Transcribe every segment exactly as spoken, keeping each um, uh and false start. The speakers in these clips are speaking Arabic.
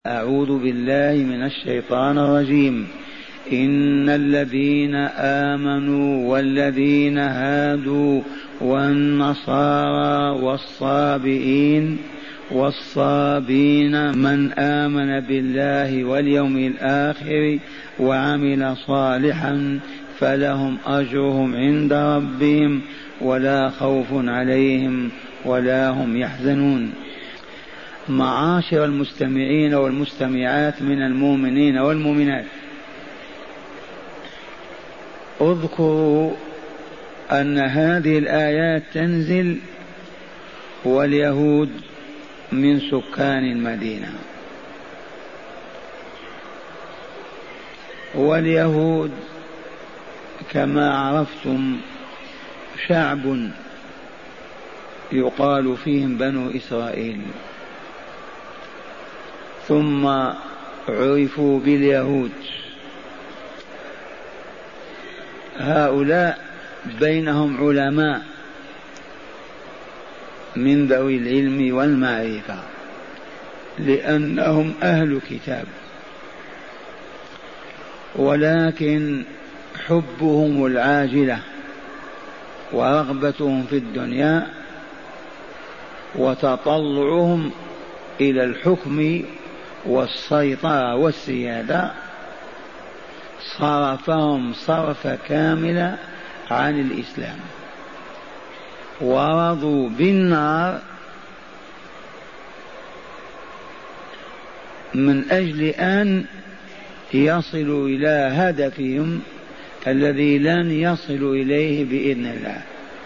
أعوذ بالله من الشيطان الرجيم. إن الذين آمنوا والذين هادوا والنصارى والصابئين والصابين من آمن بالله واليوم الآخر وعمل صالحا فلهم أجرهم عند ربهم ولا خوف عليهم ولا هم يحزنون. معاشر المستمعين والمستمعات من المؤمنين والمؤمنات، اذكروا أن هذه الآيات تنزل واليهود من سكان المدينة، واليهود كما عرفتم شعب يقال فيهم بنو إسرائيل، ثم عرفوا باليهود. هؤلاء بينهم علماء من ذوي العلم والمعرفة لأنهم أهل كتاب، ولكن حبهم العاجلة ورغبتهم في الدنيا وتطلعهم إلى الحكم والسيطرة والسيادة صرفهم صرف كامل عن الإسلام، ورضوا بالنار من أجل أن يصلوا إلى هدفهم الذي لن يصلوا إليه بإذن الله.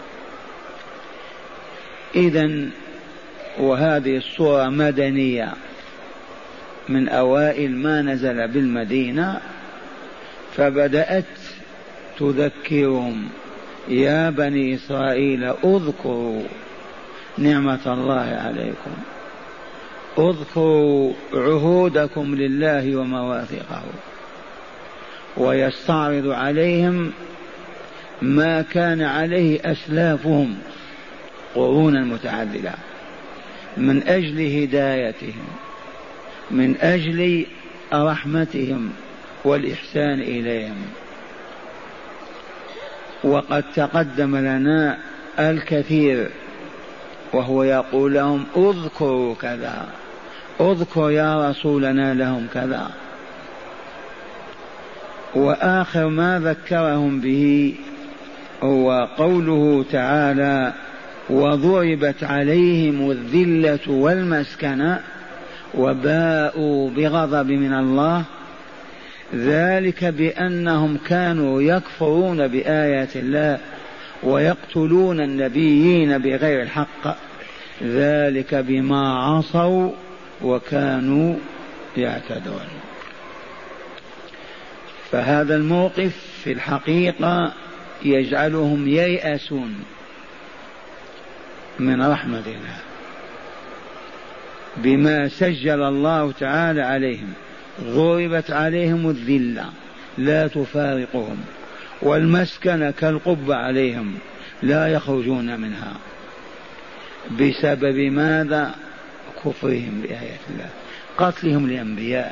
إذن وهذه الصورة مدنية من أوائل ما نزل بالمدينة، فبدأت تذكرهم: يا بني إسرائيل اذكروا نعمة الله عليكم، اذكروا عهودكم لله ومواثقه، ويستعرض عليهم ما كان عليه أسلافهم قرونا متعددة من أجل هدايتهم، من أجل رحمتهم والإحسان إليهم. وقد تقدم لنا الكثير وهو يقول لهم: اذكروا كذا، اذكر يا رسولنا لهم كذا. وآخر ما ذكرهم به هو قوله تعالى: وضربت عليهم الذلة والمسكنة وباءوا بغضب من الله، ذلك بأنهم كانوا يكفرون بآيات الله ويقتلون النبيين بغير الحق، ذلك بما عصوا وكانوا يعتدون. فهذا الموقف في الحقيقة يجعلهم ييأسون من رحمة الله بما سجل الله تعالى عليهم. ضربت عليهم الذلة لا تفارقهم، والمسكنة كالقبة عليهم لا يخرجون منها. بسبب ماذا؟ كفرهم بآيات الله، قتلهم لأنبياء،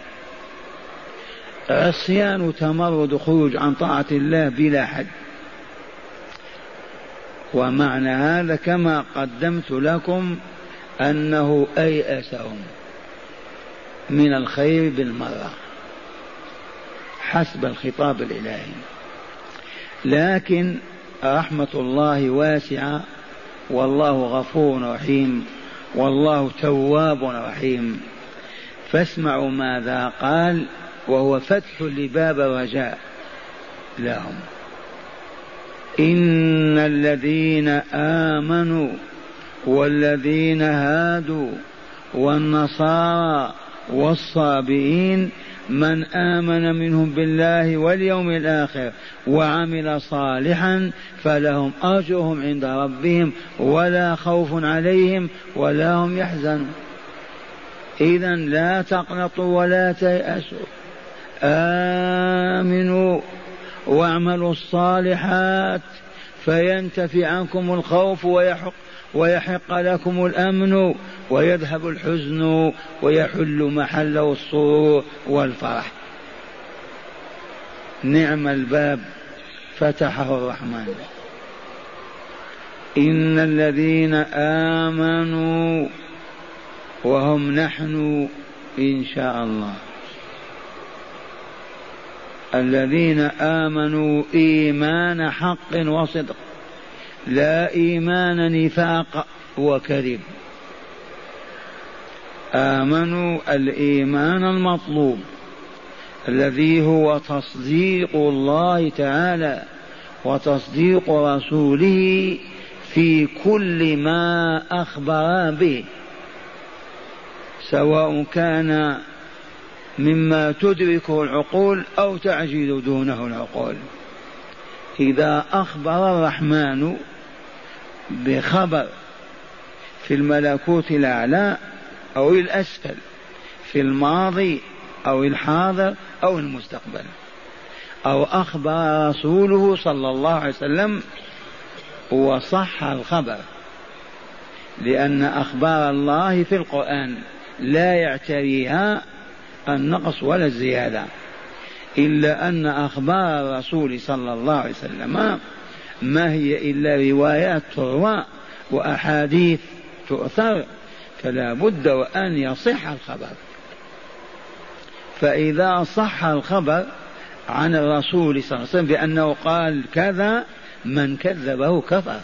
عصيان تمرد، خروج عن طاعة الله بلا حد. ومعنى هذا كما قدمت لكم أنه أيأسهم من الخير بالمرة حسب الخطاب الإلهي. لكن رحمة الله واسعة، والله غفور رحيم، والله تواب رحيم. فاسمعوا ماذا قال، وهو فتح لباب الرجاء لهم: إن الذين آمنوا والذين هادوا والنصارى والصابئين من آمن منهم بالله واليوم الآخر وعمل صالحا فلهم أجرهم عند ربهم ولا خوف عليهم ولا هم يحزنون. إذن لا تقنطوا ولا تيأسوا، آمنوا واعملوا الصالحات فينتفي عنكم الخوف ويحق ويحق لكم الأمن ويذهب الحزن ويحل محله السرور والفرح. نعم الباب فتحه الرحمن. إن الذين آمنوا وهم نحن إن شاء الله، الذين آمنوا إيمان حق وصدق، لا إيمان نفاق وكذب. آمنوا الإيمان المطلوب الذي هو تصديق الله تعالى وتصديق رسوله في كل ما أخبر به، سواء كان مما تدركه العقول أو تعجز دونه العقول. إذا أخبر الرحمن بخبر في الملكوت الأعلى أو الأسفل، في الماضي أو الحاضر أو المستقبل، أو أخبر رسوله صلى الله عليه وسلم وصح الخبر، لأن أخبار الله في القرآن لا يعتريها النقص ولا الزيادة، إلا أن أخبار الرسول صلى الله عليه وسلم ما هي إلا روايات تروى وأحاديث تؤثر، فلا بد وأن يصح الخبر. فإذا صح الخبر عن الرسول صلى الله عليه وسلم بأنه قال كذا، من كذبه كفر.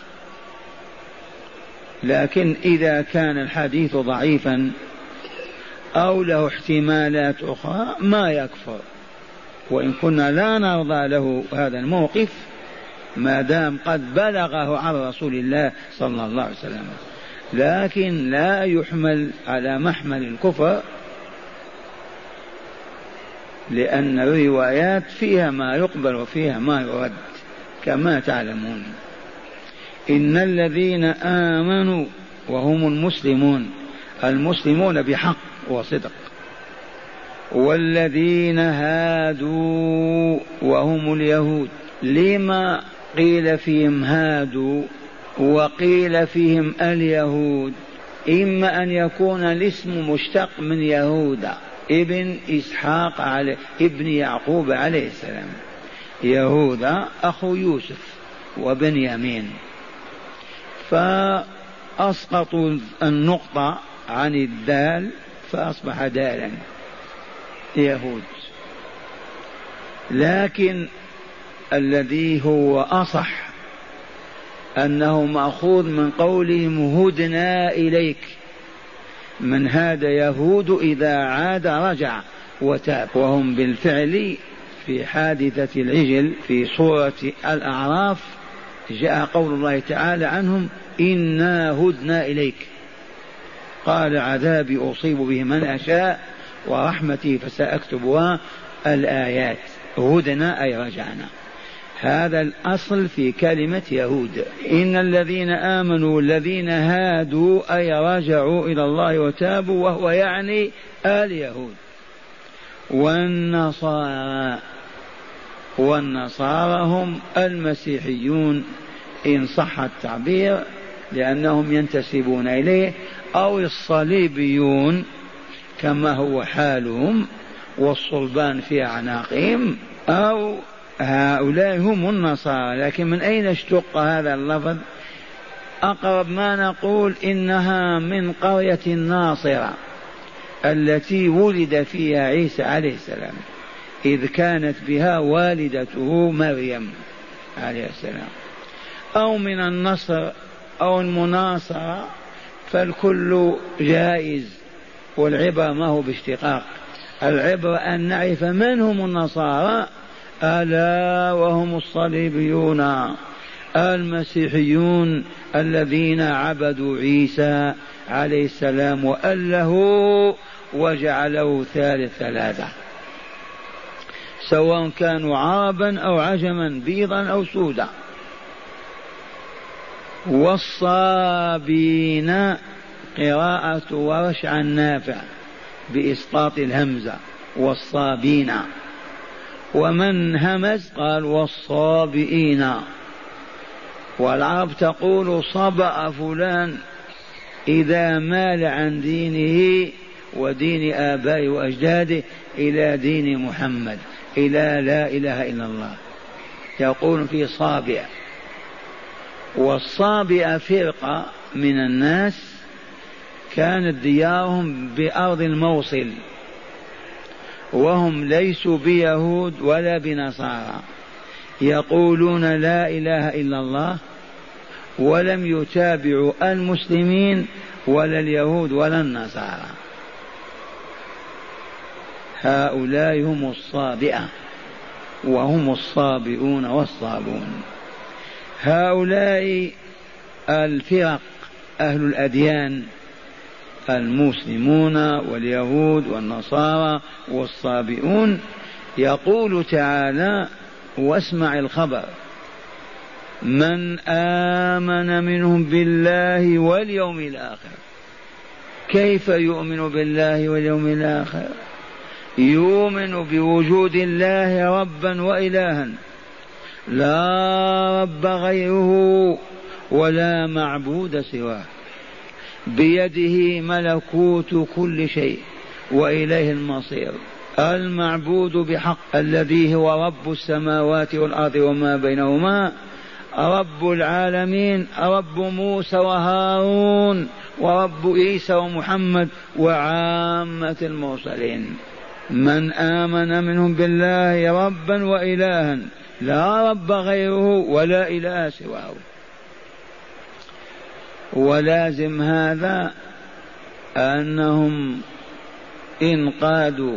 لكن إذا كان الحديث ضعيفا أو له احتمالات أخرى ما يكفر، وإن كنا لا نرضى له هذا الموقف ما دام قد بلغه عن رسول الله صلى الله عليه وسلم، لكن لا يحمل على محمل الكفر، لأن الروايات فيها ما يقبل وفيها ما يرد كما تعلمون. إن الذين آمنوا وهم المسلمون، المسلمون بحق وصدق، والذين هادوا وهم اليهود. لما قيل فيهم هادوا وقيل فيهم اليهود؟ إما أن يكون الاسم مشتق من يهودا ابن إسحاق عليه ابن يعقوب عليه السلام، يهودا أخو يوسف وبنيامين، فأسقطوا النقطة عن الدال فأصبح دالا يهود. لكن الذي هو أصح أنه مأخوذ من قولهم هدنا إليك، من هذا يهود إذا عاد رجع وتاب، وهم بالفعل في حادثة العجل في سورة الأعراف جاء قول الله تعالى عنهم إنا هدنا إليك، قال عذابي أصيب به من أشاء ورحمتي فسأكتبها الآيات. هدنا أي رجعنا، هذا الأصل في كلمة يهود. إن الذين آمنوا الذين هادوا أي رجعوا إلى الله وتابوا، وهو يعني اليهود. والنصارى، والنصارى هم المسيحيون إن صح التعبير لأنهم ينتسبون إليه، أو الصليبيون كما هو حالهم والصلبان في أعناقهم، أو هؤلاء هم النصارى. لكن من أين اشتق هذا اللفظ؟ أقرب ما نقول إنها من قرية الناصرة التي ولد فيها عيسى عليه السلام، إذ كانت بها والدته مريم عليه السلام، أو من النصر أو المناصرة، فالكل جائز، والعبرة ما هو باشتقاق، العبرة أن نعرف من هم النصارى، ألا وهم الصليبيون المسيحيون الذين عبدوا عيسى عليه السلام وأله وجعله ثالث ثلاثة، سواء كانوا عربا أو عجما، بيضا أو سودا. والصابين قراءة ورش عن نافع بإسقاط الهمزة، والصابين، ومن همز قال والصابئين. والعرب تقول صبأ فلان إذا مال عن دينه ودين آبائه وأجداده إلى دين محمد، إلى لا إله إلا الله، يقول في صابئ. والصابئ فرقة من الناس كانت ديارهم بأرض الموصل، وهم ليسوا بيهود ولا بنصارى، يقولون لا إله إلا الله، ولم يتابعوا المسلمين ولا اليهود ولا النصارى. هؤلاء هم الصابئة وهم الصابئون والصابون. هؤلاء الفرق أهل الأديان، المسلمون واليهود والنصارى والصابئون، يقول تعالى واسمع الخبر: من آمن منهم بالله واليوم الآخر. كيف يؤمن بالله واليوم الآخر؟ يؤمن بوجود الله ربا وإلها لا رب غيره ولا معبود سواه، بيده ملكوت كل شيء وإليه المصير، المعبود بحق الذي هو رب السماوات والأرض وما بينهما، رب العالمين، رب موسى وهارون ورب عيسى ومحمد وعامة المرسلين. من آمن منهم بالله ربا وإلها لا رب غيره ولا إله سواه. ولازم هذا أنهم انقادوا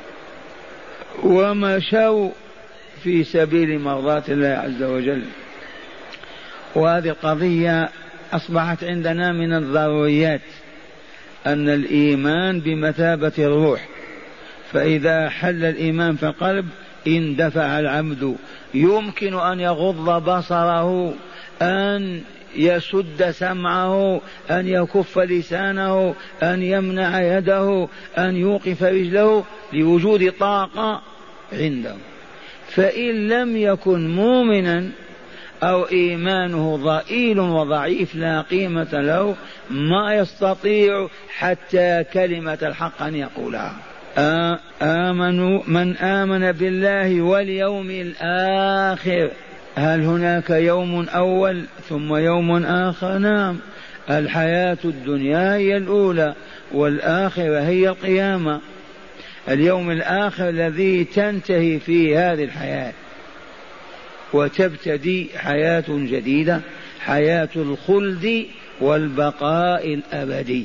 ومشوا في سبيل مرضاة الله عز وجل. وهذه القضية أصبحت عندنا من الضروريات، أن الإيمان بمثابة الروح، فإذا حل الإيمان في القلب اندفع العبد، يمكن أن يغض بصره، أن يسد سمعه، أن يكف لسانه، أن يمنع يده، أن يوقف رجله لوجود طاقة عنده. فإن لم يكن مؤمنا أو إيمانه ضئيل وضعيف لا قيمة له، ما يستطيع حتى كلمة الحق أن يقولها. آمنوا من آمن بالله واليوم الآخر. هل هناك يوم أول ثم يوم آخر؟ نعم، الحياة الدنيا هي الأولى والآخرة هي القيامة. اليوم الآخر الذي تنتهي فيه هذه الحياة وتبتدي حياة جديدة، حياة الخلد والبقاء الأبدي.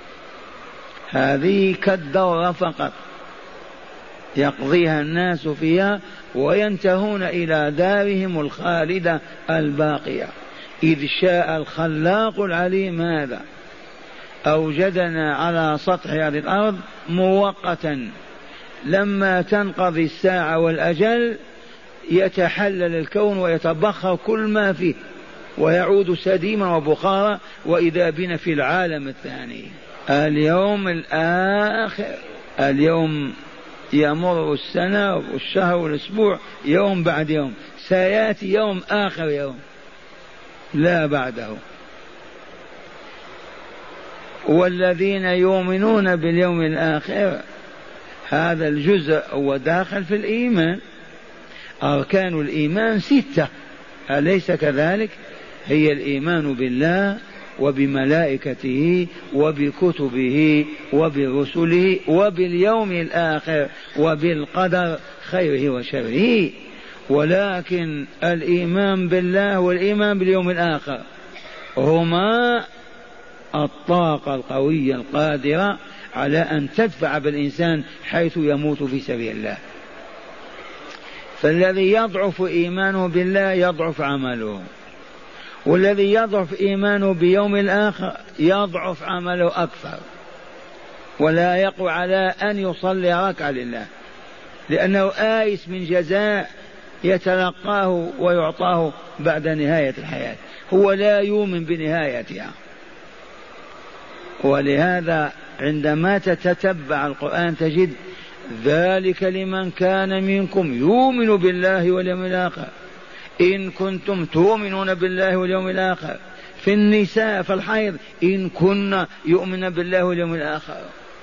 هذه كالدورة فقط يقضيها الناس فيها وينتهون إلى دارهم الخالدة الباقية. إذ شاء الخلاق العليم هذا أوجدنا على سطح هذه الأرض مؤقتا، لما تنقضي الساعة والأجل يتحلل الكون ويتبخر كل ما فيه ويعود سديما وبخارا، وإذا بنا في العالم الثاني. اليوم الآخر، اليوم يمر السنة والشهر والأسبوع يوم بعد يوم، سيأتي يوم آخر يوم لا بعده. والذين يؤمنون باليوم الآخر هذا الجزء هو داخل في الإيمان. أركان الإيمان ستة، أليس كذلك؟ هي الإيمان بالله وبملائكته وبكتبه وبرسله وباليوم الآخر وبالقدر خيره وشره. ولكن الإيمان بالله والإيمان باليوم الآخر هما الطاقة القوية القادرة على أن تدفع بالإنسان حيث يموت في سبيل الله. فالذي يضعف إيمانه بالله يضعف عمله، والذي يضعف إيمانه بيوم الآخر يضعف عمله أكثر، ولا يقوى على أن يصلي ركعة لله، لأنه آيس من جزاء يتلقاه ويعطاه بعد نهاية الحياة، هو لا يؤمن بنهايتها. ولهذا عندما تتتبع القرآن تجد ذلك لمن كان منكم يؤمن بالله واليوم الآخر. إن كنتم تؤمنون بالله واليوم الآخر. في النساء في الحيض إن كن يؤمن بالله واليوم الآخر.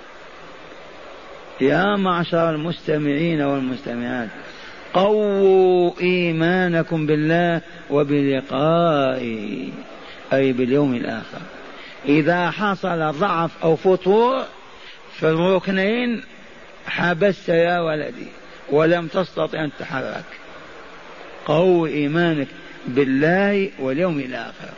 يا معشر المستمعين والمستمعات، قووا إيمانكم بالله وبلقائه أي باليوم الآخر. إذا حصل ضعف أو فتور في الركنين حبست يا ولدي ولم تستطع أن تتحرك. قووا إيمانك بالله واليوم الآخر.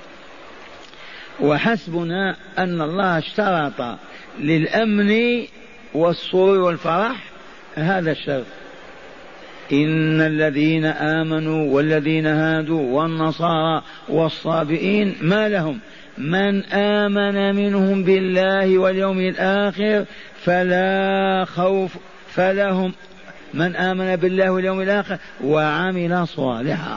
وحسبنا أن الله اشترط للأمن والسرور والفرح هذا الشرط: إن الذين آمنوا والذين هادوا والنصارى والصابئين ما لهم من آمن منهم بالله واليوم الآخر فلا خوف فلهم من آمن بالله واليوم الآخر وعمل صالحا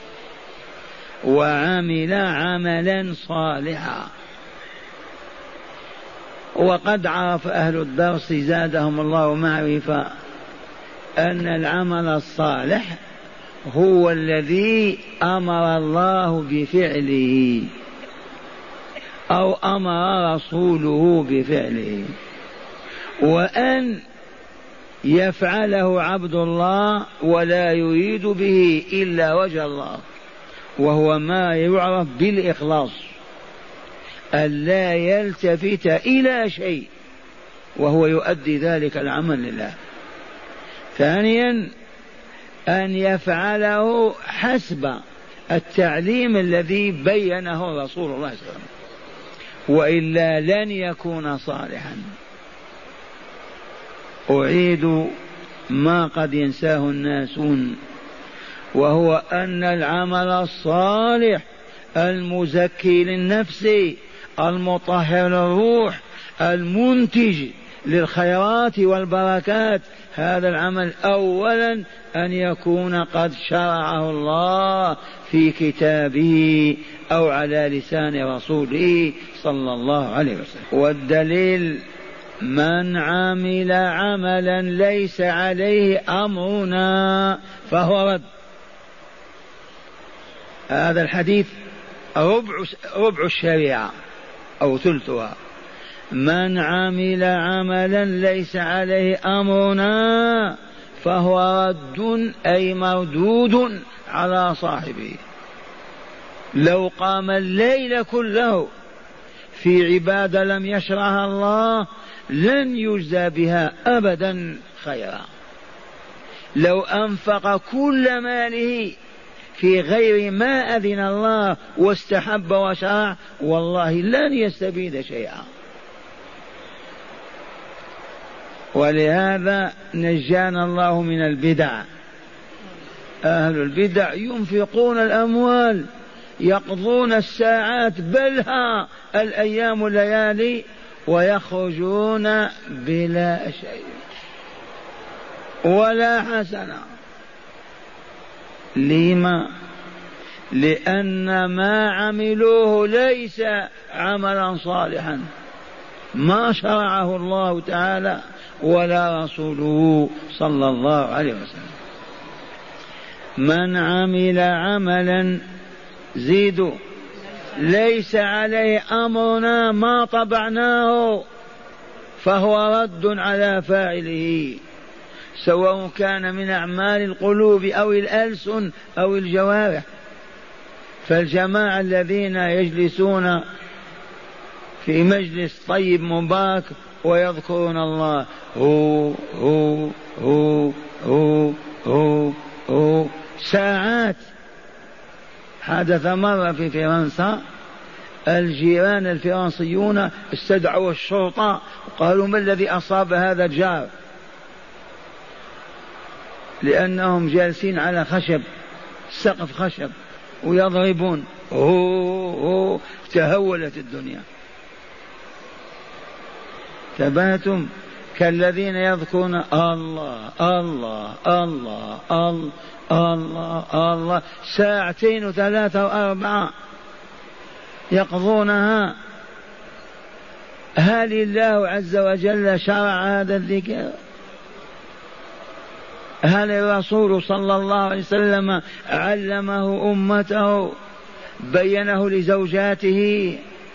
وعمل عملا صالحا. وقد عرف أهل الدرس زادهم الله معرفة أن العمل الصالح هو الذي أمر الله بفعله أو أمر رسوله بفعله، وأن يفعله عبد الله ولا يريد به إلا وجه الله، وهو ما يعرف بالإخلاص، ألا يلتفت إلى شيء وهو يؤدي ذلك العمل لله. ثانيا أن يفعله حسب التعليم الذي بينه رسول الله صلى الله عليه وسلم، وإلا لن يكون صالحا. أعيد ما قد ينساه الناسون، وهو أن العمل الصالح المزكي للنفس المطهر للروح المنتج للخيرات والبركات، هذا العمل أولا أن يكون قد شرعه الله في كتابه أو على لسان رسوله صلى الله عليه وسلم. والدليل: من عمل عملا ليس عليه أمرنا فهو رد. هذا الحديث ربع, ربع الشريعة أو ثلثها. من عمل عملا ليس عليه أمرنا فهو رد أي مردود على صاحبه. لو قام الليل كله في عبادة لم يشرعها الله لن يجزى بها أبدا خيرا. لو أنفق كل ماله في غير ما أذن الله واستحب وشرع والله لن يستفيد شيئا. ولهذا نجانا الله من البدع. أهل البدع ينفقون الأموال، يقضون الساعات بلها الأيام والليالي، ويخرجون بلا شيء ولا حسنة. لما؟ لأن ما عملوه ليس عملا صالحا، ما شرعه الله تعالى ولا رسوله صلى الله عليه وسلم. من عمل عملا زيدوا ليس عليه أمرنا ما طبعناه فهو رد على فاعله، سواء كان من أعمال القلوب أو الألسن أو الجوارح. فالجماعة الذين يجلسون في مجلس طيب مبارك ويذكرون الله هو هو هو هو هو, هو ساعات. حدث مرة في فرنسا الجيران الفرنسيون استدعوا الشرطة وقالوا ما الذي أصاب هذا الجار، لأنهم جالسين على خشب سقف خشب ويضربون هو هو. تهولت الدنيا. تباتم كالذين يذكرون الله الله الله الله الله الله ساعتين وثلاثة وأربعة يقضونها. هل الله عز وجل شرع هذا الذكر؟ هل الرسول صلى الله عليه وسلم علمه أمته، بينه لزوجاته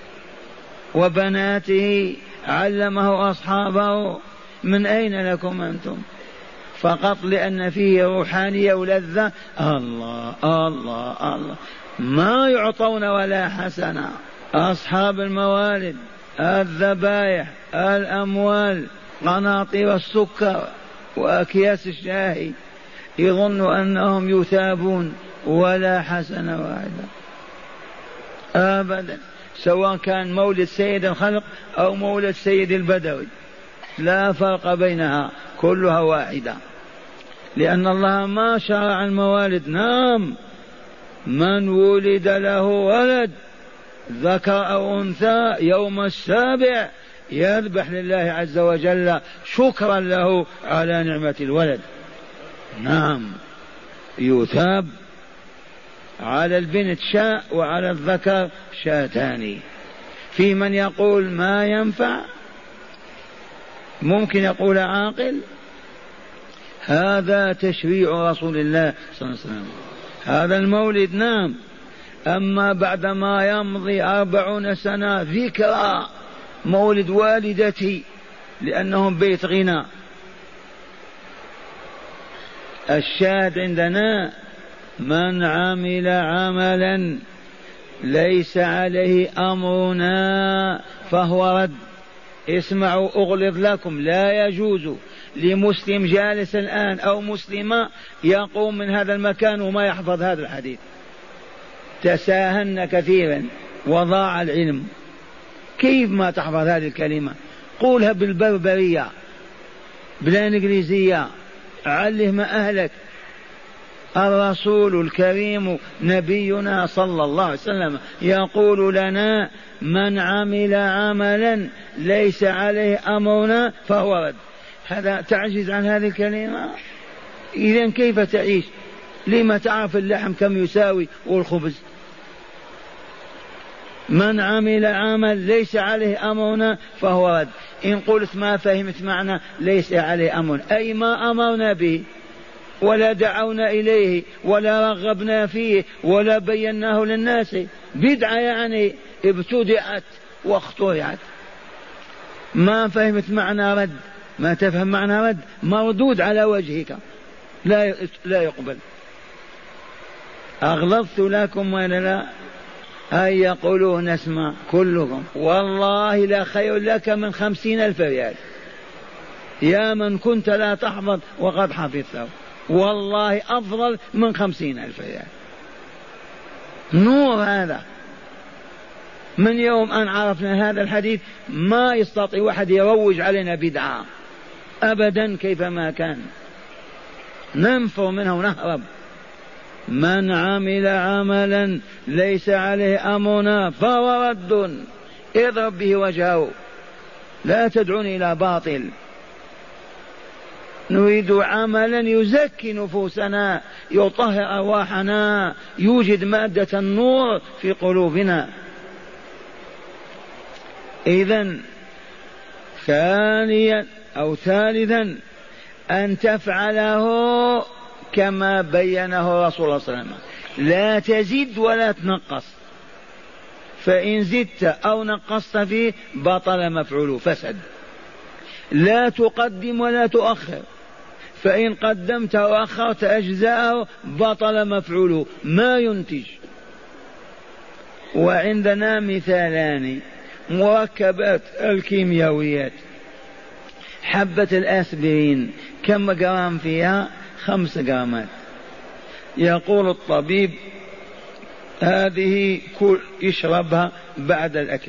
وبناته، علمه أصحابه؟ من أين لكم أنتم؟ فقط لأن فيه روحانية ولذة. الله الله الله، ما يعطون ولا حسنة. أصحاب الموالد، الذبائح، الأموال، قناطير السكر وأكياس الشاي، يظن أنهم يثابون ولا حسنة واحدة أبدا، سواء كان مولد سيد الخلق أو مولد سيد البدوي، لا فرق بينها، كلها واحدة، لأن الله ما شرع الموالد. نعم، من ولد له ولد ذكر أو أنثى يوم السابع يذبح لله عز وجل شكرا له على نعمة الولد. نعم، يثاب على البنت شاء وعلى الذكر شاتان. في من يقول ما ينفع، ممكن يقول عاقل، هذا تشريع رسول الله صلى الله عليه وسلم، هذا المولد. نعم، أما بعدما يمضي أربعون سنة ذكرى مولد والدتي لأنهم بيت غنى. الشاهد عندنا من عمل عملا ليس عليه أمرنا فهو رد. اسمعوا أغلظ لكم، لا يجوز لمسلم جالس الآن أو مسلمة يقوم من هذا المكان وما يحفظ هذا الحديث. تساهلنا كثيرا وضاع العلم. كيف ما تحفظ هذه الكلمة؟ قولها بالبربرية بلا إنجليزية، علم أهلك. الرسول الكريم نبينا صلى الله عليه وسلم يقول لنا من عمل عملا ليس عليه أمرنا فهو رد. هذا تعجز عن هذه الكلمة؟ إذن كيف تعيش؟ لما تعرف اللحم كم يساوي والخبز؟ من عمل عمل ليس عليه أمرنا فهو رد. إن قلت ما فهمت معنى ليس عليه أمرنا، أي ما أمرنا به ولا دعونا إليه ولا رغبنا فيه ولا بيناه للناس، بدعة يعني ابتدعت واخترعت. ما فهمت معنى رد، ما تفهم معنى رد، مردود على وجهك، لا لا يقبل. أغلظت لكم ولا لا؟ هيا يقولوا نسمع كلكم. والله لا خير لك من خمسين ألف ريال يا من كنت لا تحفظ وقد حفظته، والله أفضل من خمسين ألف ريال. نور هذا. من يوم أن عرفنا هذا الحديث ما يستطيع واحد يروج علينا بدعة أبدا كيفما كان، ننفر منه ونهرب. من عمل عملا ليس عليه أمرنا فهو رد. اضرب به وجهه، لا تدعوني إلى باطل. نريد عملا يزكي نفوسنا، يطهر أرواحنا، يوجد مادة النور في قلوبنا. إذن ثانيا أو ثالثا أن تفعله كما بينه رسول الله صلى الله عليه وسلم، لا تزد ولا تنقص، فإن زدت أو نقصت فيه بطل مفعوله فسد. لا تقدم ولا تؤخر، فإن قدمت وأخرت أجزاءه بطل مفعوله ما ينتج. وعندنا مثالان: مركبات الكيميائيات، حبة الأسبرين كم جرام فيها؟ خمس جرامات. يقول الطبيب هذه كل يشربها بعد الأكل،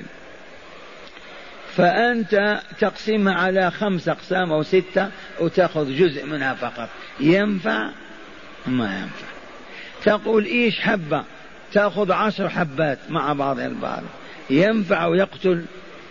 فأنت تقسمها على خمس أقسام أو ستة وتأخذ جزء منها فقط. ينفع؟ ما ينفع. تقول إيش حبة؟ تأخذ عشر حبات مع بعضها البعض. ينفع ويقتل؟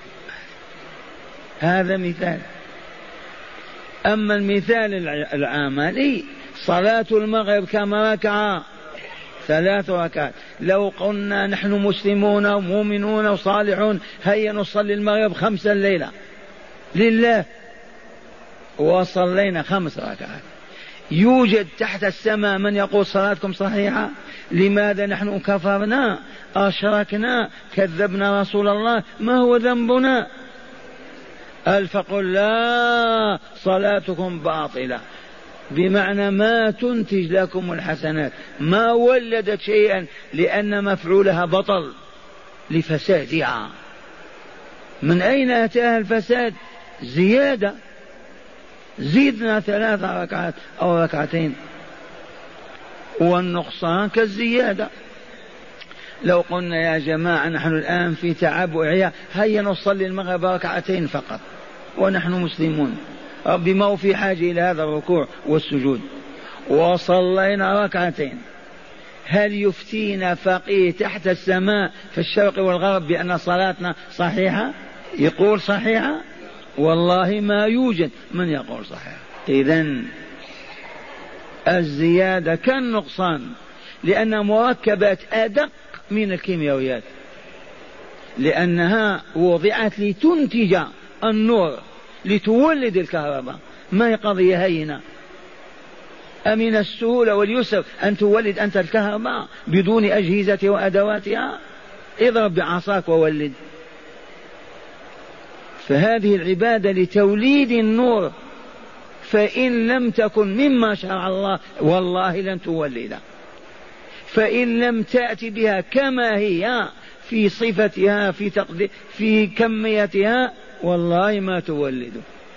هذا مثال. أما المثال العملي صلاة المغرب كم ركعة؟ ثلاث ركعات. لو قلنا نحن مسلمون ومؤمنون وصالحون هيا نصلي المغرب خمسا الليلة لله، وصلينا خمس ركعات، يوجد تحت السماء من يقول صلاتكم صحيحة؟ لماذا نحن كفرنا أشركنا كذبنا رسول الله؟ ما هو ذنبنا؟ الفقل لا صلاتكم باطلة، بمعنى ما تنتج لكم الحسنات، ما ولدت شيئا، لأن مفعولها بطل لفسادها. من أين أتاها الفساد؟ زيادة، زيدنا ثلاث ركعات أو ركعتين، والنقصان كالزيادة. لو قلنا يا جماعة نحن الآن في تعب وعياء، هيا نصلي المغرب ركعتين فقط ونحن مسلمون، ربي ما هو في حاجة إلى هذا الركوع والسجود، وصلينا ركعتين، هل يفتينا فقيه تحت السماء في الشرق والغرب بأن صلاتنا صحيحة؟ يقول صحيحة؟ والله ما يوجد من يقول صحيحة. إذن الزيادة كالنقصان، لأن مركبات أدق من الكيميائيات، لأنها وضعت لتنتج النور، لتولد الكهرباء، ما هي قضية هينة. أمن السهولة واليسر أن تولد أنت الكهرباء بدون أجهزة وأدواتها؟ اضرب بعصاك وولد. فهذه العبادة لتوليد النور، فإن لم تكن مما شرع الله والله لن تولد، فإن لم تأتي بها كما هي في صفتها في تقدير في كميتها والله ما تولد.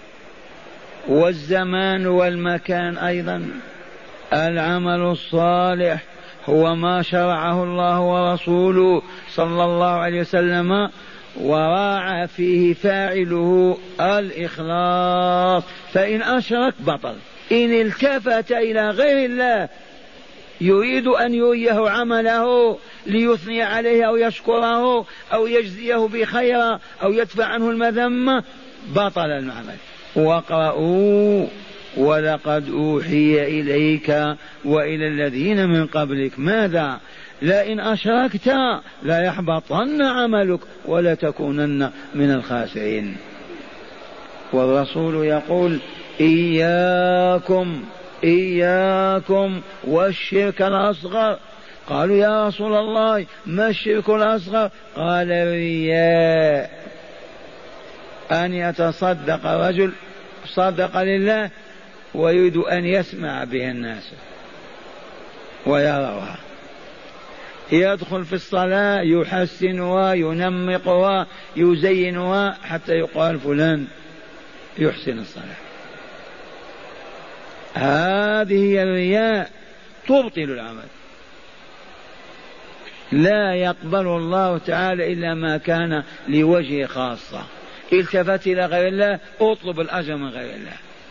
والزمان والمكان أيضا، العمل الصالح هو ما شرعه الله ورسوله صلى الله عليه وسلم، وراعى فيه فاعله الإخلاص، فإن أشرك بطل. إن التفت إلى غير الله يريد أن يريه عمله ليثني عليه أو يشكره أو يجزيه بخير أو يدفع عنه المذمة، بطل العمل. واقرؤوا ولقد أوحي إليك وإلى الذين من قبلك ماذا؟ لئن أشركت لا يحبطن عملك ولا تكونن من الخاسرين. والرسول يقول إياكم إياكم والشرك الأصغر. قالوا يا رسول الله ما الشرك الأصغر؟ قال الرياء، أن يتصدق رجل صدق لله ويريد أن يسمع به الناس ويروها، يدخل في الصلاة يحسنها ينمقها يزينها حتى يقال فلان يحسن الصلاة. هذه الرياء تبطل العمل، لا يقبل الله تعالى إلا ما كان لوجه خاصة. التفت إلى غير الله اطلب الأجر من غير الله.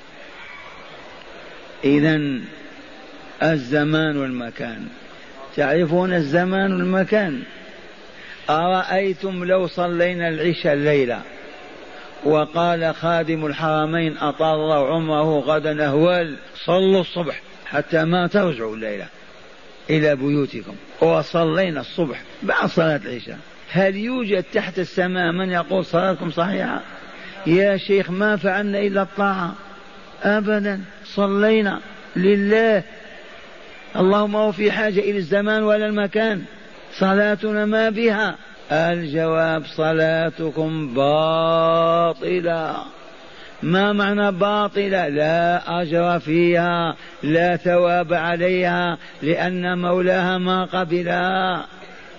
إذن الزمان والمكان، تعرفون الزمان والمكان. أرأيتم لو صلينا العشاء الليلة وقال خادم الحرمين أطال عمره غدا أهوال صلوا الصبح حتى ما ترجعوا الليلة إلى بيوتكم، وصلينا الصبح بعد صلاة العشاء، هل يوجد تحت السماء من يقول صلاتكم صحيحة؟ يا شيخ ما فعلنا إلا الطاعة أبدا، صلينا لله، اللهم هو في حاجة إلى الزمان ولا المكان، صلاتنا ما بها. الجواب صلاتكم باطلة. ما معنى باطلة؟ لا أجر فيها لا ثواب عليها، لأن مولاها ما قبلها.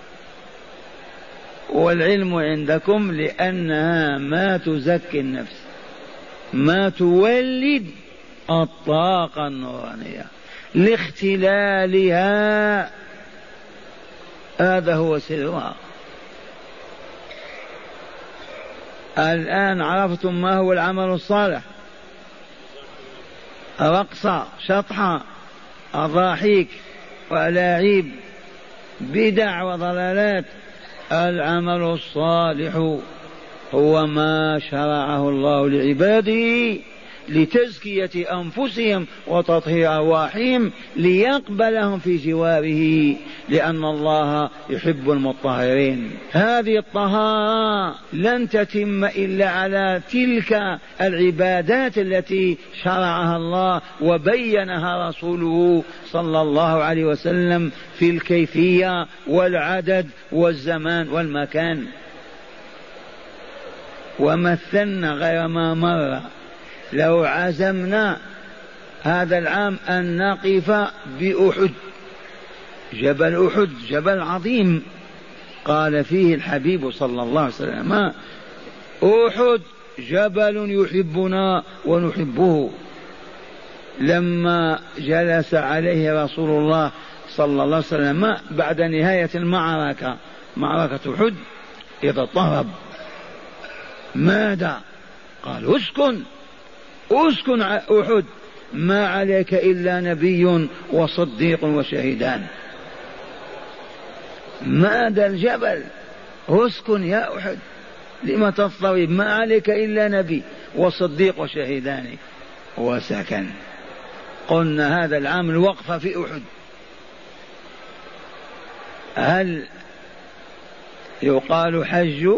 والعلم عندكم لأنها ما تزكي النفس، ما تولد الطاقة النورانية لاختلالها، هذا هو سرها. الآن عرفتم ما هو العمل الصالح؟ رقصة شطحة أضاحيك وألاعيب بدع وضلالات. العمل الصالح هو ما شرعه الله لعباده لتزكية أنفسهم وتطهير أرواحهم ليقبلهم في جواره، لأن الله يحب المطهرين. هذه الطهارة لن تتم إلا على تلك العبادات التي شرعها الله وبينها رسوله صلى الله عليه وسلم في الكيفية والعدد والزمان والمكان. ومثلنا غير ما مر، لو عزمنا هذا العام أن نقف بأحد، جبل أحد جبل عظيم قال فيه الحبيب صلى الله عليه وسلم: أحد جبل يحبنا ونحبه. لما جلس عليه رسول الله صلى الله عليه وسلم بعد نهاية المعركة، معركة أحد، إذا اضطرب ماذا؟ قال: اسكن اسكن أحد، ما عليك إلا نبي وصديق وشهيدان. ماذا الجبل؟ اسكن يا أحد، لما تضطرب؟ ما عليك إلا نبي وصديق وشهيدان. وسكن. قلنا هذا العام الوقفة في أحد. هل يقال حج؟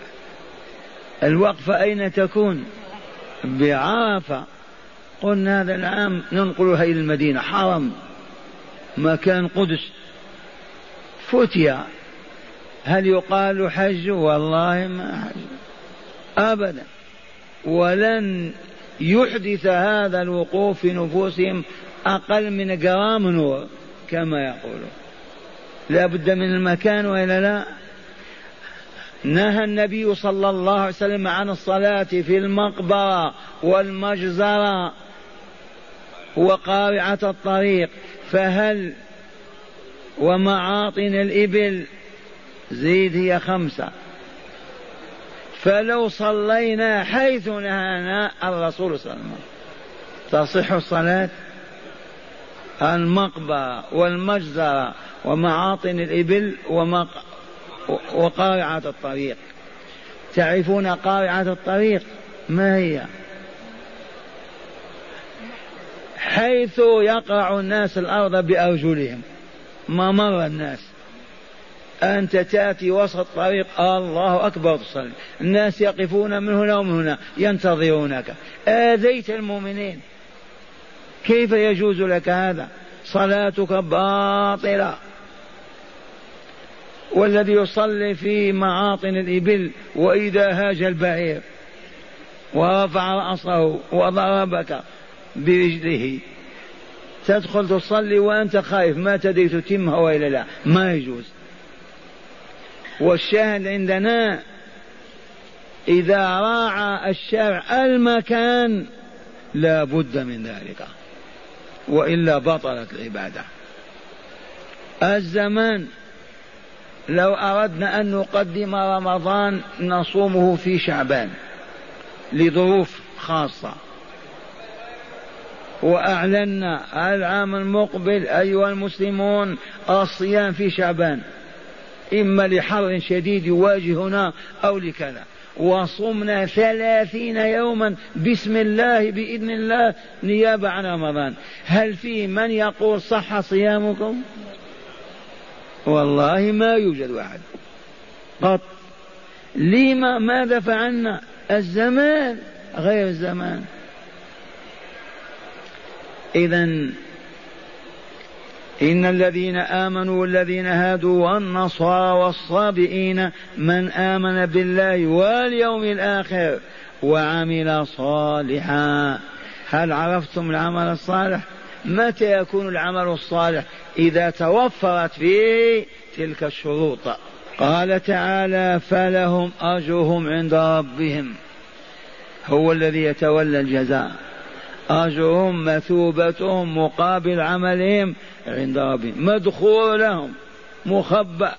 الوقفة أين تكون؟ بعرفة. قلنا هذا العام ننقلها إلى المدينة، حرم مكان قدس فتيا. هل يقال حج؟ والله ما حج أبدا. ولن يحدث هذا الوقوف في نفوسهم أقل من جرام نور كما يقولون. لا بد من المكان وإلا لا. نهى النبي صلى الله عليه وسلم عن الصلاة في المقبرة والمجزرة وقارعة الطريق، فهل ومعاطن الإبل زيد هي خمسة، فلو صلينا حيث نهانا الرسول صلى الله عليه وسلم تصح الصلاة؟ المقبرة والمجزرة ومعاطن الإبل ومق... وقارعة الطريق. تعرفون قارعة الطريق ما هي؟ حيث يقرع الناس الأرض بأرجلهم، ما مر الناس، أنت تأتي وسط الطريق الله أكبر تصلي، الناس يقفون من هنا ومن هنا ينتظرونك، آذيت المؤمنين، كيف يجوز لك هذا؟ صلاتك باطلة. والذي يصلي في معاطن الإبل وإذا هاج البعير ورفع رأسه وضربك برجله تدخل تصلي وأنت خايف ما تدري تتمها وإلا لا، ما يجوز. والشاهد عندنا إذا راعى الشرع المكان لا بد من ذلك، وإلا بطلت العبادة. الزمان، لو أردنا أن نقدم رمضان نصومه في شعبان لظروف خاصة، وأعلنا العام المقبل أيها المسلمون الصيام في شعبان، إما لحر شديد يواجهنا أو لكذا، وصمنا ثلاثين يوما بسم الله بإذن الله نيابة عن رمضان، هل فيه من يقول صح صيامكم؟ والله ما يوجد واحد قط. لما؟ ماذا فعلنا؟ الزمان غير الزمان. إذن إن الذين آمنوا والذين هادوا والنصارى والصابئين من آمن بالله واليوم الآخر وعمل صالحا. هل عرفتم العمل الصالح؟ متى يكون العمل الصالح؟ إذا توفرت فيه تلك الشروط. قال تعالى: فلهم أجرهم عند ربهم، هو الذي يتولى الجزاء، أجرهم مثوبتهم مقابل عملهم عند ربهم، مدخول لهم مخبأ،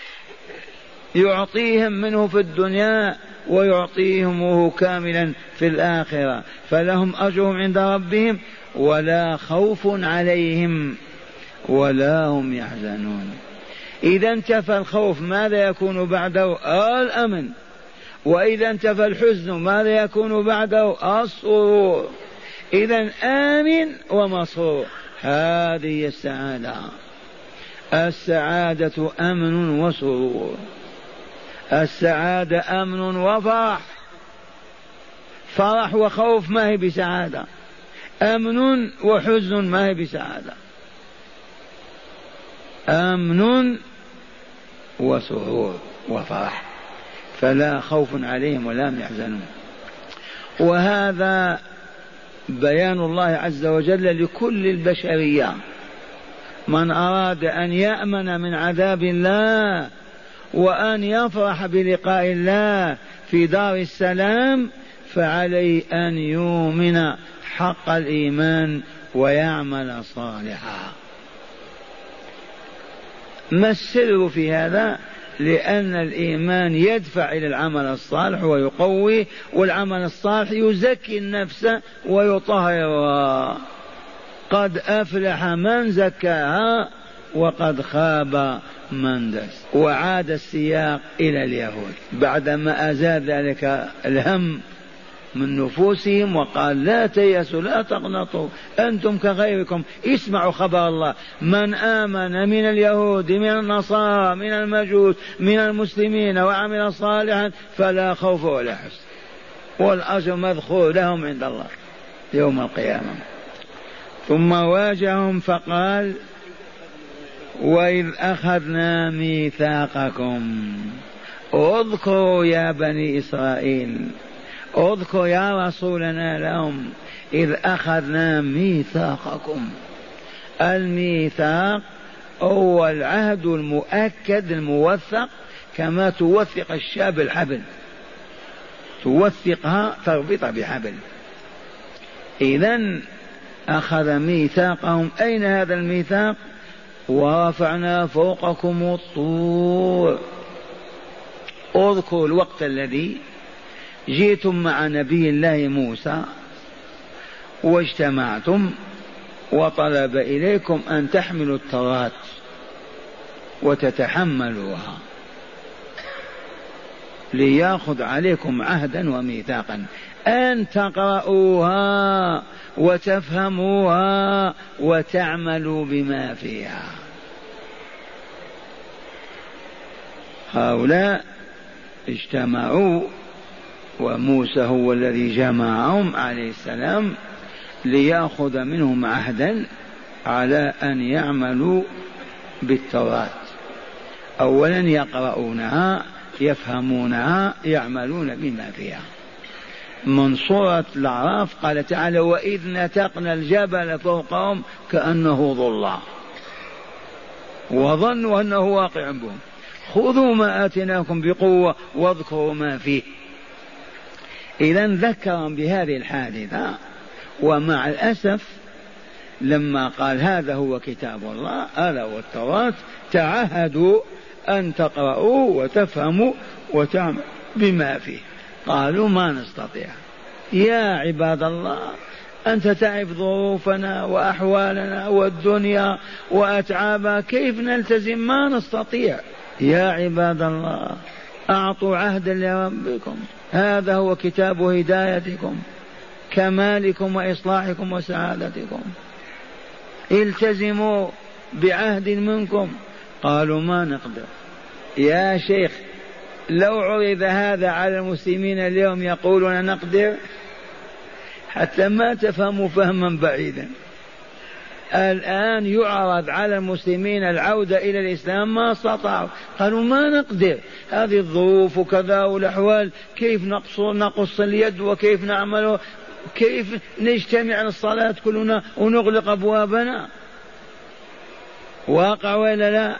يعطيهم منه في الدنيا ويعطيهم كاملا في الآخرة. فلهم أجرهم عند ربهم ولا خوف عليهم ولا هم يحزنون. إذا انتفى الخوف ماذا يكون بعده؟ الأمن. وإذا انتفى الحزن ماذا يكون بعده؟ السرور. إذا آمن ومسرور، هذه السعادة. السعادة أمن وسرور، السعادة أمن وفرح. فرح وخوف ما هي بسعادة، أمن وحزن ما هي بسعادة. أمن وسرور وفرح، فلا خوف عليهم ولا هم يحزنون. وهذا بيان الله عز وجل لكل البشرية. من أراد أن يأمن من عذاب الله وأن يفرح بلقاء الله في دار السلام فعليه أن يؤمن حق الإيمان ويعمل صالحا. ما السر في هذا؟ لأن الإيمان يدفع إلى العمل الصالح ويقوي، والعمل الصالح يزكي النفس ويطهرها. قد أفلح من زكاها وقد خاب من دس. وعاد السياق إلى اليهود بعدما أزال ذلك الهم من نفوسهم وقال لا تيأسوا لا تقنطوا أنتم كغيركم. اسمعوا خبر الله: من آمن من اليهود من النصارى من المجوس من المسلمين وعمل صالحا فلا خوف ولا حزن والأجر مذخور لهم عند الله يوم القيامة. ثم واجههم فقال: وإذ أخذنا ميثاقكم. اذكروا يا بني إسرائيل، اذكر يا رسولنا لهم إذ أخذنا ميثاقكم. الميثاق هو العهد المؤكد الموثق، كما توثق الشاب الحبل، توثقها تربطها بحبل. إذن أخذ ميثاقهم. أين هذا الميثاق؟ ورفعنا فوقكم الطور. اذكروا الوقت الذي جئتم مع نبي الله موسى واجتمعتم وطلب إليكم أن تحملوا التوراة وتتحملوها ليأخذ عليكم عهدا وميثاقا أن تقرؤوها وتفهموها وتعملوا بما فيها. هؤلاء اجتمعوا وموسى هو الذي جمعهم عليه السلام ليأخذ منهم عهدا على أن يعملوا بالتوراة. أولا يقرؤونها يفهمونها يعملون بما فيها. من سورة الأعراف قال تعالى: وإذ نتقنا الجبل فوقهم كأنه ظلة وظنوا أنه واقع بهم خذوا ما آتيناكم بقوة واذكروا ما فيه. إذن ذكرهم بهذه الحادثة. ومع الأسف لما قال هذا هو كتاب الله هذا هو التوراة تعهدوا أن تقرأوا وتفهموا وتعملوا بما فيه. قالوا ما نستطيع. يا عباد الله أنت تعرف ظروفنا وأحوالنا والدنيا وأتعابها، كيف نلتزم؟ ما نستطيع. يا عباد الله أعطوا عهدا لربكم، هذا هو كتاب هدايتكم كمالكم وإصلاحكم وسعادتكم، التزموا بعهد منكم. قالوا ما نقدر. يا شيخ لو عرض هذا على المسلمين اليوم يقولون نقدر، حتى ما تفهموا فهما بعيدا. الآن يعرض على المسلمين العودة إلى الإسلام ما استطاعوا، قالوا ما نقدر، هذه الظروف وكذا والأحوال، كيف نقص, نقص اليد وكيف نعمل، كيف نجتمع للصلاة كلنا ونغلق أبوابنا. واقع ولا لا؟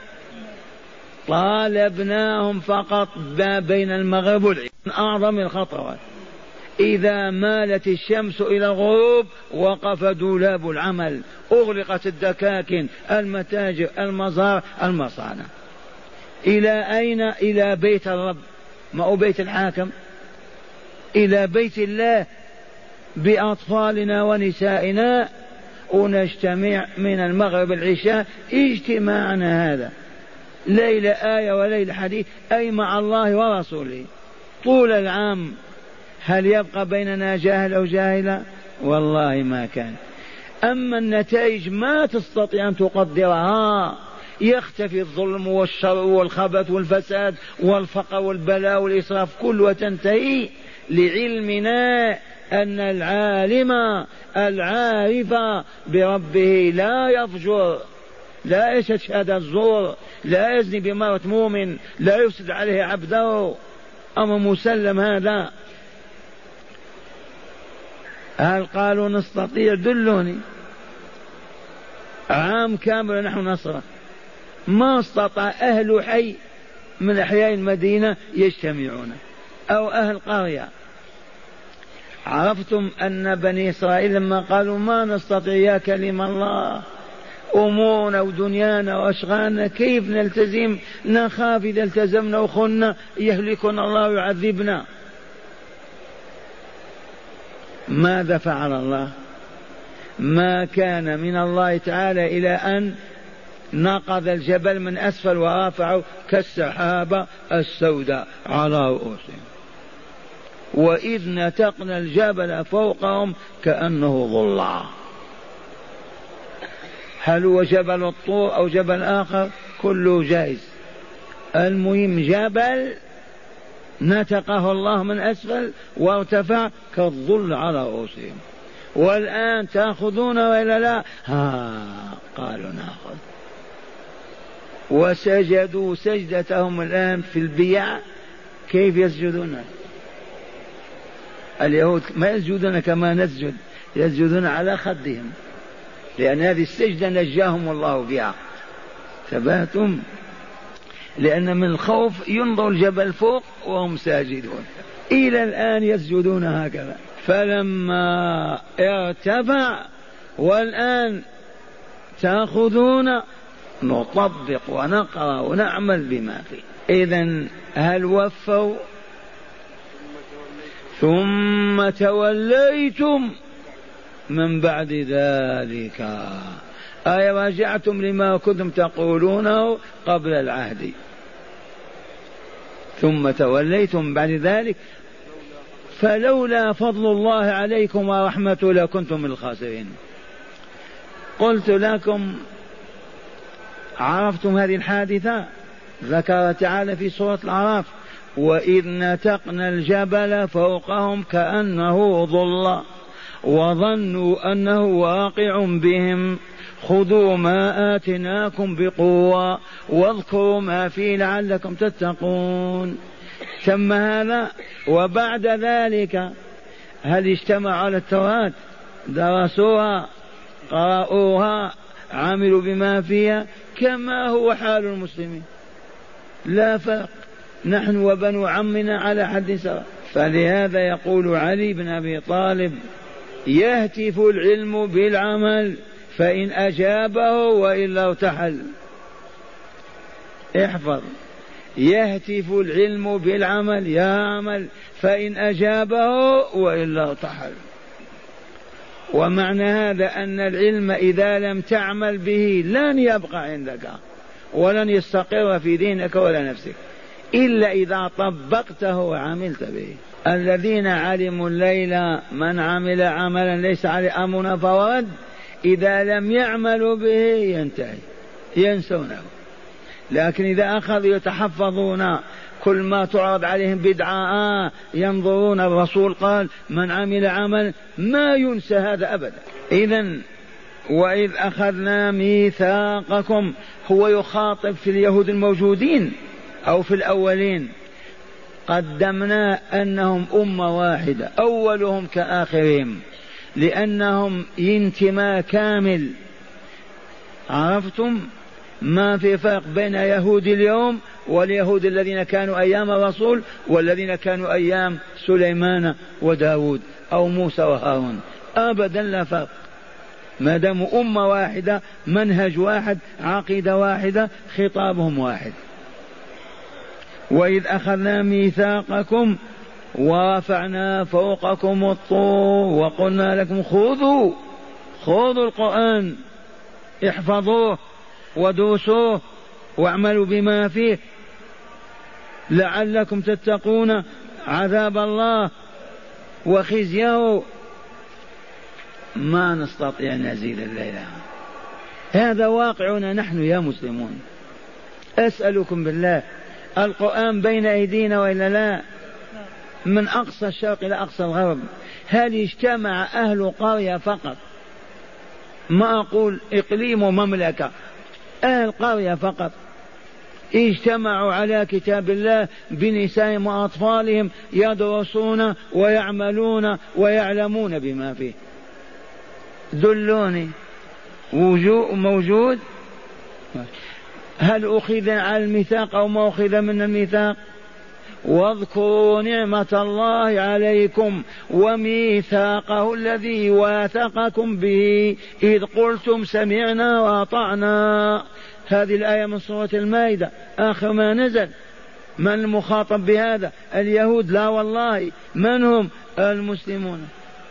طالبناهم فقط ما بين المغرب والعشاء، من أعظم الخطوات. إذا مالت الشمس إلى الغروب وقف دولاب العمل، أغلقت الدكاكين المتاجر المزار المصانع. إلى أين؟ إلى بيت الرب، ما هو بيت الحاكم، إلى بيت الله بأطفالنا ونسائنا، ونجتمع من المغرب العشاء. اجتماعنا هذا ليلة آية وليلة حديث، أي مع الله ورسوله طول العام. هل يبقى بيننا جاهل أو جاهلة؟ والله ما كان. أما النتائج ما تستطيع أن تقدرها، يختفي الظلم والشر والخبث والفساد والفقر والبلاء والإسراف كل وتنتهي لعلمنا أن العالم العارف بربه لا يفجر، لا يشهد شهادة الزور، لا يزني بمرأة مؤمن، لا يفسد عليه عبده. أمر مسلم هذا. هل قالوا نستطيع؟ دلوني. عام كامل نحن نصرخ، ما استطاع أهل حي من أحياء المدينة يجتمعون أو أهل قرية. عرفتم أن بني إسرائيل لما قالوا ما نستطيع يا كلمة الله، أمورنا ودنيانا وأشغالنا كيف نلتزم، نخاف إذا التزمنا وخلنا يهلكنا الله ويعذبنا. ماذا فعل الله؟ ما كان من الله تعالى إلى أن نقض الجبل من أسفل ورافعه كالسحابة السوداء على رؤوسهم، وإذ نتقنا الجبل فوقهم كأنه ظلة. هل هو جبل الطور أو جبل آخر؟ كله جائز. المهم جبل نتقه الله من أسفل وارتفع كالظل على رؤوسهم. والآن تأخذون وإلا لا؟ ها قالوا نأخذ. وسجدوا سجدتهم الآن في البيع. كيف يسجدون؟ اليهود ما يسجدون كما نسجد، يسجدون على خدهم، لأن هذه السجدة نجاهم الله بها. ثباتم، لأن من الخوف ينظر الجبل فوق وهم ساجدون. إلى الآن يسجدون هكذا. فلما ارتفع والآن تأخذون نطبق ونقرأ ونعمل بما فيه. إذن هل وفوا؟ ثم توليتم من بعد ذلك أي رجعتم لما كنتم تقولونه قبل العهد. ثم توليتم بعد ذلك فلولا فضل الله عليكم ورحمته لكنتم من الخاسرين. قلت لكم عرفتم هذه الحادثة؟ ذكر تعالى في سورة الأعراف وإذ نتقنا الجبل فوقهم كأنه ظل وظنوا أنه واقع بهم خذوا ما آتناكم بقوة واذكروا ما فيه لعلكم تتقون. ثم هذا وبعد ذلك هل اجتمعوا على التوراة؟ درسوها، قرأوها، عملوا بما فيها كما هو حال المسلمين، لا فرق، نحن وبنو عمنا على حد سواء. فلهذا يقول علي بن أبي طالب يهتف العلم بالعمل فإن أجابه وإلا ارتحل. احفظ، يهتف العلم بالعمل، يا عمل، فإن أجابه وإلا ارتحل. ومعنى هذا أن العلم إذا لم تعمل به لن يبقى عندك ولن يستقر في دينك ولا نفسك إلا إذا طبقته وعملت به. الذين علموا الليل من عمل عملا ليس عليه أمرنا فورد، إذا لم يعملوا به ينتهي ينسونه. لكن إذا أخذوا يتحفظون كل ما تعرض عليهم بدعة آه ينظرون الرسول قال من عمل عمل ما ينسى هذا أبدا. إذن وإذ أخذنا ميثاقكم هو يخاطب في اليهود الموجودين أو في الأولين. قدمنا أنهم أمة واحدة أولهم كآخرهم لأنهم انتماء كامل. عرفتم ما في فرق بين يهود اليوم واليهود الذين كانوا أيام الرسول والذين كانوا أيام سليمان وداود أو موسى وهارون؟ أبدا لا فرق، ما دام أمة واحدة، منهج واحد، عقيدة واحدة، خطابهم واحد. وإذ أخذنا ميثاقكم ورفعنا فوقكم الطور وقلنا لكم خذوا خذوا القرآن احفظوه ودوسوه واعملوا بما فيه لعلكم تتقون عذاب الله وخزيه. ما نستطيع أن نزيد الليلة. هذا واقعنا نحن يا مسلمون. أسألكم بالله، القرآن بين أيدينا وإلا لا؟ من أقصى الشرق إلى أقصى الغرب. هل اجتمع أهل قرية فقط، ما أقول إقليم ومملكة، أهل قرية فقط اجتمعوا على كتاب الله بنسائهم وأطفالهم يدرسون ويعملون ويعلمون بما فيه؟ دلوني. موجود؟ هل أخذ على الميثاق أو ما أخذ من الميثاق؟ واذكروا نعمة الله عليكم وميثاقه الذي واثقكم به إذ قلتم سمعنا وأطعنا. هذه الآية من سورة المائدة آخر ما نزل. من المخاطب بهذا؟ اليهود؟ لا والله. من هم؟ المسلمون.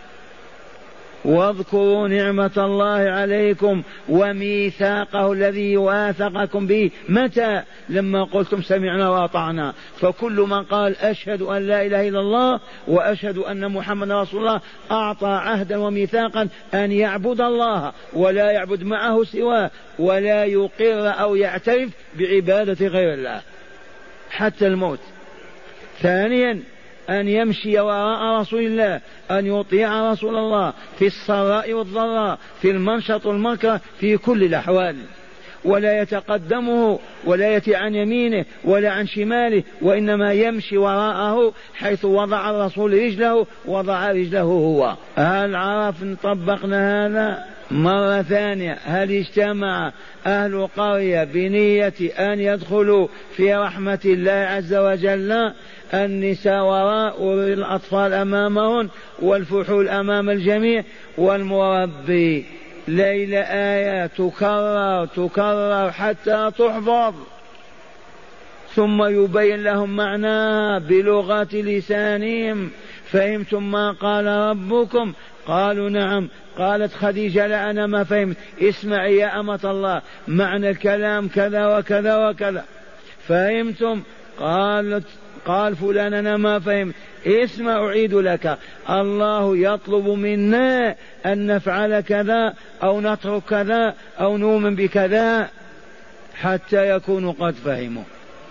واذكروا نعمة الله عليكم وميثاقه الذي واثقكم به. متى؟ لما قلتم سمعنا وأطعنا. فكل من قال أشهد أن لا إله إلا الله وأشهد أن محمد رسول الله أعطى عهدا وميثاقا أن يعبد الله ولا يعبد معه سواه ولا يقر أو يعترف بعبادة غير الله حتى الموت. ثانيا أن يمشي وراء رسول الله، أن يطيع رسول الله في السراء والضراء، في المنشط والمكره، في كل الأحوال، ولا يتقدمه ولا يأتي عن يمينه ولا عن شماله، وإنما يمشي وراءه حيث وضع الرسول رجله وضع رجله هو. هل عرفنا طبقنا هذا؟ مرة ثانية، هل اجتمع أهل قرية بنية أن يدخلوا في رحمة الله عز وجل؟ النساء وراء والأطفال أمامهن والفحول أمام الجميع والمربي. ليلة آية تكرر تكرر حتى تحفظ، ثم يبين لهم معناها بلغة لسانهم. فهمتم ما قال ربكم؟ قالوا نعم. قالت خديجة لا أنا ما فهمت. اسمعي يا أمة الله، معنى الكلام كذا وكذا وكذا. فهمتم؟ قالت قال فلان أنا ما فهمت. اسمع أعيد لك. الله يطلب منا أن نفعل كذا أو نترك كذا أو نؤمن بكذا حتى يكونوا قد فهموا.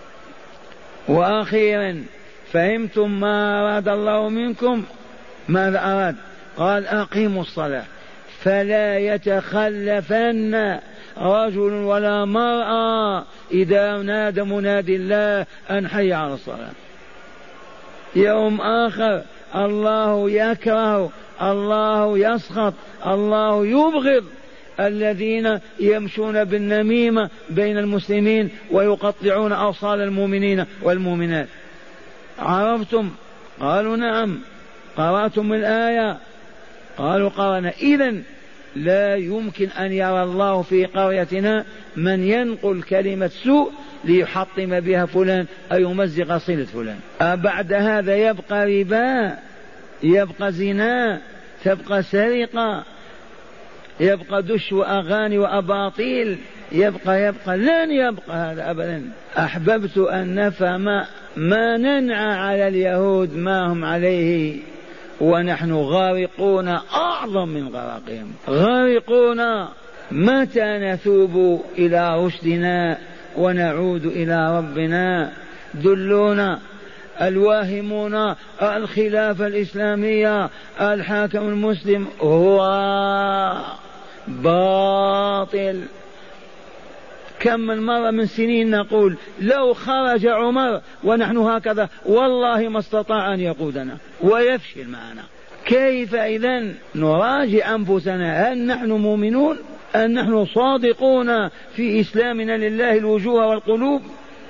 وأخيرا، فهمتم ما أراد الله منكم؟ ماذا أراد؟ قال أقيموا الصلاة فلا يتخلفن رجل ولا مرأة إذا نادى منادي الله أن حي على الصلاة. يوم آخر الله يكره، الله يسخط، الله يبغض الذين يمشون بالنميمة بين المسلمين ويقطعون أوصال المؤمنين والمؤمنات. عرفتم؟ قالوا نعم. قرأتم الآية؟ قالوا قرأنا. إذن لا يمكن أن يرى الله في قريتنا من ينقل كلمة سوء ليحطم بها فلان أو يمزق صلة فلان. أبعد هذا يبقى ربا، يبقى زنا، تبقى سرقة، يبقى دش وأغاني وأباطيل، يبقى يبقى لن يبقى هذا أبدا. أحببت أن نفهم ما ننعى على اليهود ما هم عليه، ونحن غارقون أعظم من غرقهم. غارقون. متى نثوب إلى رشدنا ونعود إلى ربنا؟ دلونا. الواهمون الخلافة الإسلامية الحاكم المسلم هو باطل. كم من مرة من سنين نقول لو خرج عمر ونحن هكذا والله ما استطاع أن يقودنا ويفشل معنا. كيف إذن نراجع أنفسنا؟ هل نحن مؤمنون؟ هل نحن صادقون في إسلامنا لله الوجوه والقلوب؟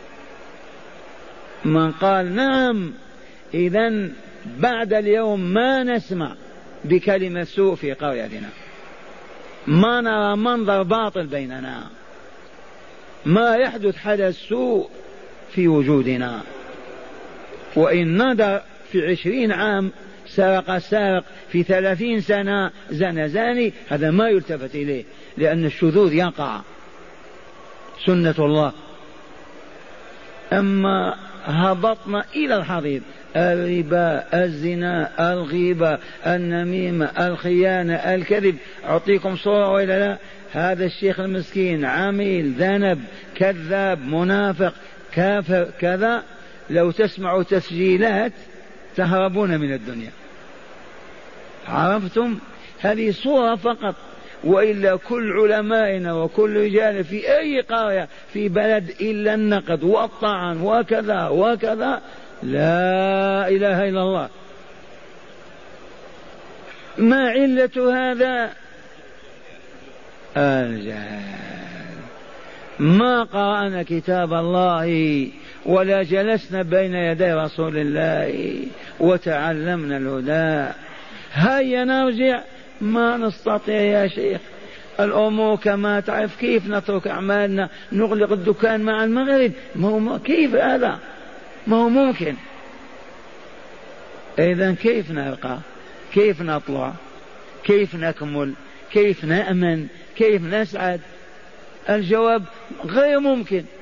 من قال نعم إذن بعد اليوم ما نسمع بكلمة سوء في قريتنا، ما نرى منظر باطل بيننا، ما يحدث حدث سوء في وجودنا. وإن ندر في عشرين عام سرق سارق، في ثلاثين سنة زنى زاني، هذا ما يلتفت إليه لأن الشذوذ يقع، سنة الله. أما هبطنا إلى الحضيض الربا، الزنا، الغيبة، النميمة، الخيانة، الكذب. أعطيكم صورة وإلا لا؟ هذا الشيخ المسكين عميل ذنب كذاب منافق كافر كذا، لو تسمعوا تسجيلات تهربون من الدنيا. عرفتم؟ هذه صورة فقط، وإلا كل علمائنا وكل رجال في أي قرية في بلد إلا النقد والطعن وكذا وكذا، لا إله إلا الله. ما علة هذا؟ الجهل. ما قرأنا كتاب الله ولا جلسنا بين يدي رسول الله وتعلمنا الهدى. هيا نرجع، ما نستطيع يا شيخ. الأمور كما تعرف، كيف نترك أعمالنا نغلق الدكان مع المغرب؟ ما هو كيف هذا؟ ما هو ممكن. إذن كيف نرقى؟ كيف نطلع؟ كيف نكمل؟ كيف نأمن؟ كيف نسعد؟ الجواب غير ممكن.